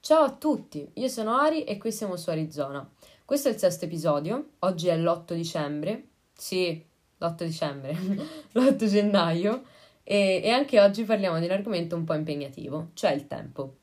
Ciao a tutti, io sono Ari e qui siamo su Arizona. Questo è il sesto episodio, oggi è l'8 dicembre, sì, l'8 dicembre, l'8 gennaio, e anche oggi parliamo di un argomento un po' impegnativo, cioè il tempo.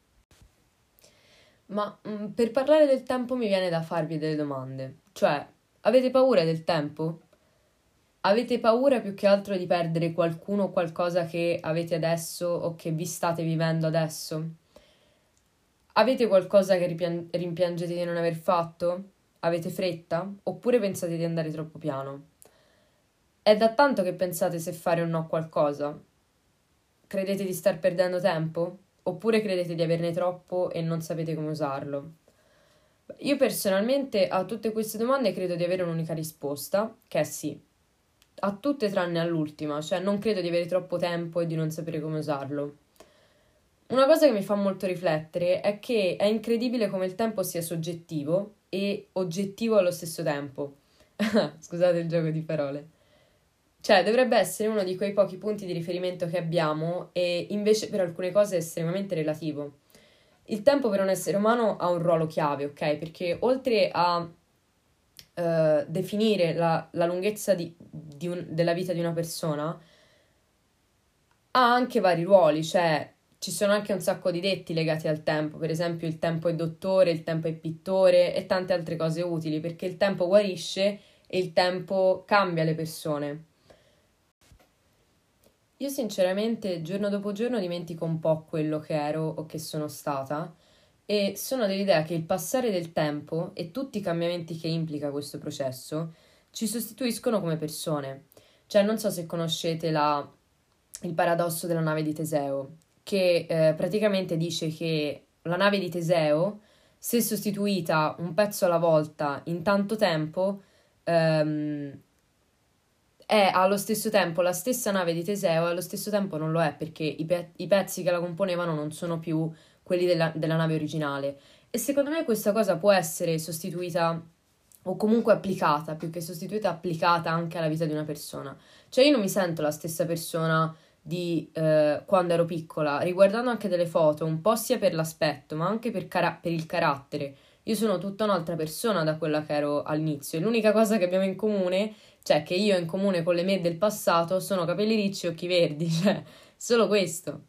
Ma per parlare del tempo mi viene da farvi delle domande, cioè, avete paura del tempo? Avete paura più che altro di perdere qualcuno o qualcosa che avete adesso o che vi state vivendo adesso? Avete qualcosa che rimpiangete di non aver fatto? Avete fretta? Oppure pensate di andare troppo piano? È da tanto che pensate se fare o no qualcosa? Credete di star perdendo tempo? Oppure credete di averne troppo e non sapete come usarlo? Io personalmente a tutte queste domande credo di avere un'unica risposta, che è sì. A tutte tranne all'ultima, cioè non credo di avere troppo tempo e di non sapere come usarlo. Una cosa che mi fa molto riflettere è che è incredibile come il tempo sia soggettivo e oggettivo allo stesso tempo. Scusate il gioco di parole. Cioè, dovrebbe essere uno di quei pochi punti di riferimento che abbiamo e invece per alcune cose è estremamente relativo. Il tempo per un essere umano ha un ruolo chiave, ok? Perché oltre a definire la lunghezza della vita di una persona, ha anche vari ruoli, cioè ci sono anche un sacco di detti legati al tempo, per esempio il tempo è dottore, il tempo è pittore e tante altre cose utili, perché il tempo guarisce e il tempo cambia le persone. Io sinceramente giorno dopo giorno dimentico un po' quello che ero o che sono stata e sono dell'idea che il passare del tempo e tutti i cambiamenti che implica questo processo ci sostituiscono come persone. Cioè non so se conoscete il paradosso della nave di Teseo, che praticamente dice che la nave di Teseo, se sostituita un pezzo alla volta in tanto tempo, è allo stesso tempo la stessa nave di Teseo e allo stesso tempo non lo è perché i pezzi che la componevano non sono più quelli della nave originale. E secondo me questa cosa può essere sostituita o comunque applicata, più che sostituita, applicata anche alla vita di una persona. Cioè io non mi sento la stessa persona di quando ero piccola, riguardando anche delle foto, un po' sia per l'aspetto, ma anche per il carattere. Io sono tutta un'altra persona da quella che ero all'inizio e l'unica cosa che abbiamo in comune, cioè che io ho in comune con le me del passato, sono capelli ricci e occhi verdi, cioè solo questo.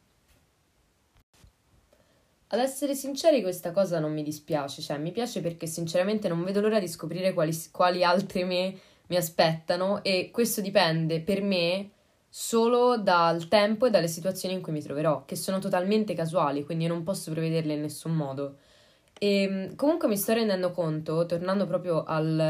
Ad essere sinceri, questa cosa non mi dispiace, cioè mi piace perché sinceramente non vedo l'ora di scoprire quali altre me mi aspettano e questo dipende per me solo dal tempo e dalle situazioni in cui mi troverò, che sono totalmente casuali, quindi io non posso prevederle in nessun modo. E comunque mi sto rendendo conto, tornando proprio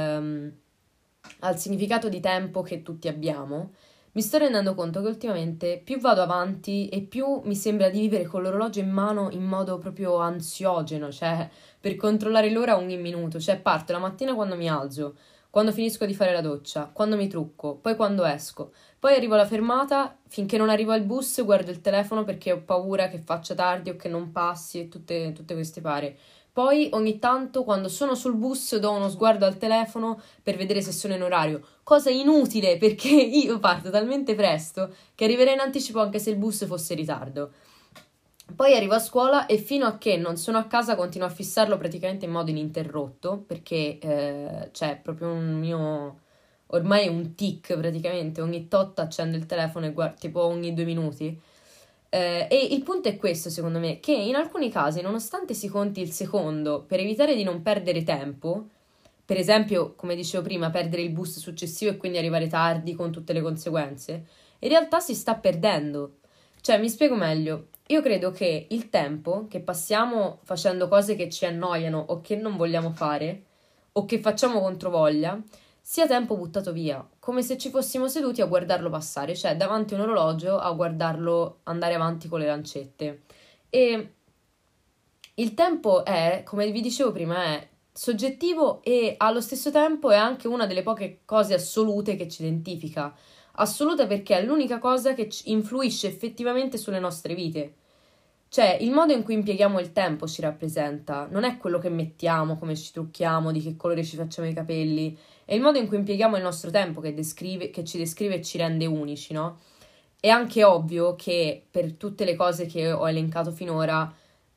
al significato di tempo che tutti abbiamo, mi sto rendendo conto che ultimamente più vado avanti e più mi sembra di vivere con l'orologio in mano in modo proprio ansiogeno, cioè per controllare l'ora ogni minuto, cioè parto la mattina quando mi alzo, quando finisco di fare la doccia, quando mi trucco, poi quando esco, poi arrivo alla fermata, finché non arrivo al bus guardo il telefono perché ho paura che faccia tardi o che non passi e tutte queste pare. Poi ogni tanto quando sono sul bus do uno sguardo al telefono per vedere se sono in orario, cosa inutile perché io parto talmente presto che arriverei in anticipo anche se il bus fosse in ritardo. Poi arrivo a scuola e fino a che non sono a casa continuo a fissarlo praticamente in modo ininterrotto perché c'è proprio un mio... ormai è un tic praticamente, ogni tot accendo il telefono e guardo tipo ogni 2 minuti. E il punto è questo, secondo me, che in alcuni casi, nonostante si conti il secondo per evitare di non perdere tempo, per esempio, come dicevo prima, perdere il bus successivo e quindi arrivare tardi con tutte le conseguenze, in realtà si sta perdendo. Cioè, mi spiego meglio. Io credo che il tempo che passiamo facendo cose che ci annoiano o che non vogliamo fare, o che facciamo controvoglia, sia tempo buttato via, come se ci fossimo seduti a guardarlo passare, cioè davanti a un orologio a guardarlo andare avanti con le lancette. E il tempo è, come vi dicevo prima, è soggettivo e allo stesso tempo è anche una delle poche cose assolute che ci identifica. Assoluta perché è l'unica cosa che influisce effettivamente sulle nostre vite. Cioè, il modo in cui impieghiamo il tempo ci rappresenta, non è quello che mettiamo, come ci trucchiamo, di che colore ci facciamo i capelli, è il modo in cui impieghiamo il nostro tempo che ci descrive e ci rende unici, no? È anche ovvio che per tutte le cose che ho elencato finora,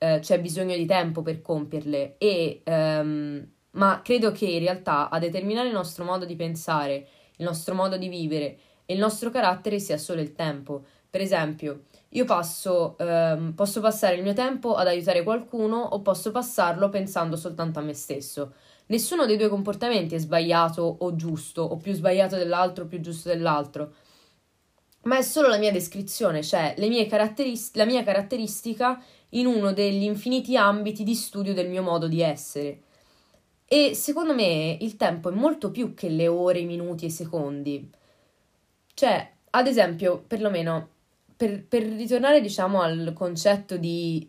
c'è bisogno di tempo per compierle, ma credo che in realtà a determinare il nostro modo di pensare, il nostro modo di vivere e il nostro carattere sia solo il tempo. Per esempio, io posso passare il mio tempo ad aiutare qualcuno o posso passarlo pensando soltanto a me stesso. Nessuno dei due comportamenti è sbagliato o giusto, o più sbagliato dell'altro o più giusto dell'altro, ma è solo la mia descrizione, cioè la mia caratteristica in uno degli infiniti ambiti di studio del mio modo di essere. E secondo me il tempo è molto più che le ore, i minuti e i secondi. Cioè, ad esempio, perlomeno, per ritornare, diciamo, al concetto di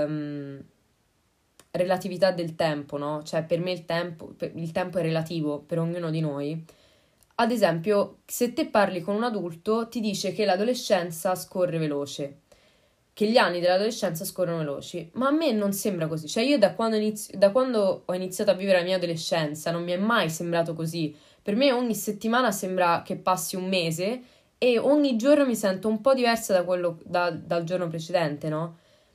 relatività del tempo, no? Cioè, per me il tempo è relativo per ognuno di noi. Ad esempio, se te parli con un adulto, ti dice che l'adolescenza scorre veloce, che gli anni dell'adolescenza scorrono veloci, ma a me non sembra così. Cioè, io da quando ho iniziato a vivere la mia adolescenza non mi è mai sembrato così. Per me ogni settimana sembra che passi un mese e ogni giorno mi sento un po' diversa dal giorno precedente, no?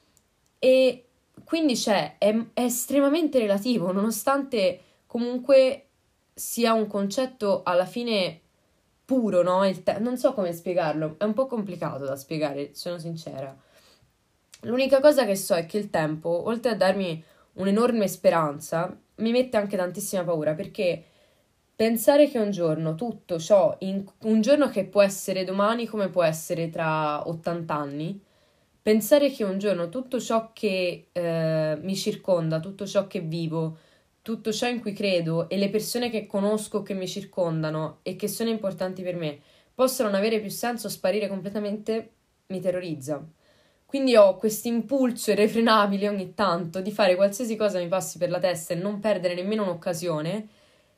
E quindi è estremamente relativo, nonostante comunque sia un concetto alla fine puro, no? Non so come spiegarlo, è un po' complicato da spiegare, sono sincera. L'unica cosa che so è che il tempo, oltre a darmi un'enorme speranza, mi mette anche tantissima paura, perché pensare che un giorno tutto ciò, un giorno che può essere domani come può essere tra 80 anni, pensare che un giorno tutto ciò che mi circonda, tutto ciò che vivo, tutto ciò in cui credo e le persone che conosco che mi circondano e che sono importanti per me possano non avere più senso, sparire completamente, mi terrorizza. Quindi ho questo impulso irrefrenabile ogni tanto di fare qualsiasi cosa mi passi per la testa e non perdere nemmeno un'occasione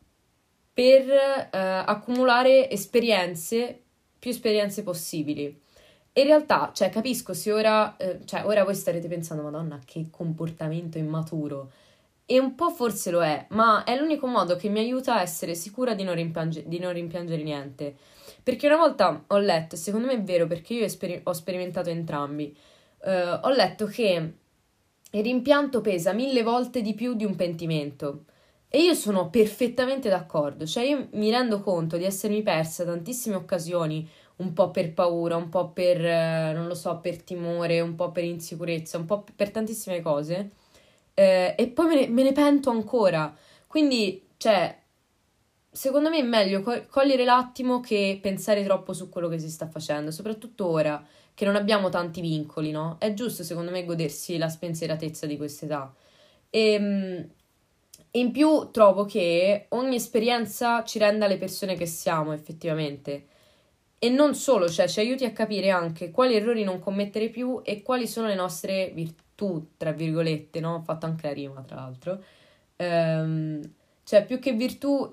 per accumulare più esperienze possibili. E in realtà, cioè, capisco se ora voi starete pensando, Madonna, che comportamento immaturo. E un po' forse lo è, ma è l'unico modo che mi aiuta a essere sicura di non rimpiangere niente. Perché una volta ho letto, e secondo me è vero perché io ho sperimentato entrambi, ho letto che il rimpianto pesa 1000 volte di più di un pentimento. E io sono perfettamente d'accordo, cioè io mi rendo conto di essermi persa tantissime occasioni, un po' per paura, un po' per, non lo so, per timore, un po' per insicurezza, un po' per tantissime cose, e poi me ne pento ancora. Quindi, cioè, secondo me è meglio cogliere l'attimo che pensare troppo su quello che si sta facendo, soprattutto ora che non abbiamo tanti vincoli, no? È giusto, secondo me, godersi la spensieratezza di quest'età. E in più trovo che ogni esperienza ci renda le persone che siamo, effettivamente. E non solo, cioè ci aiuti a capire anche quali errori non commettere più e quali sono le nostre virtù, tra virgolette, no? Ho fatto anche la rima, tra l'altro. Ehm, cioè, più che virtù,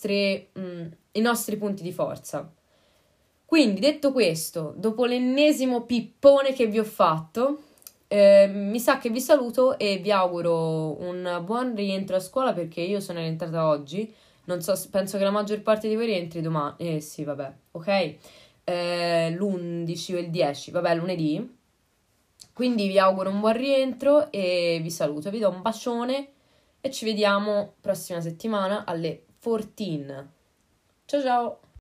i nostri punti di forza. Quindi, detto questo, dopo l'ennesimo pippone che vi ho fatto, mi sa che vi saluto e vi auguro un buon rientro a scuola perché io sono rientrata oggi. Non so, penso che la maggior parte di voi rientri domani. Sì, vabbè, ok. L'11 o il 10, vabbè, lunedì. Quindi vi auguro un buon rientro e vi saluto. Vi do un bacione e ci vediamo prossima settimana alle 14. Ciao ciao!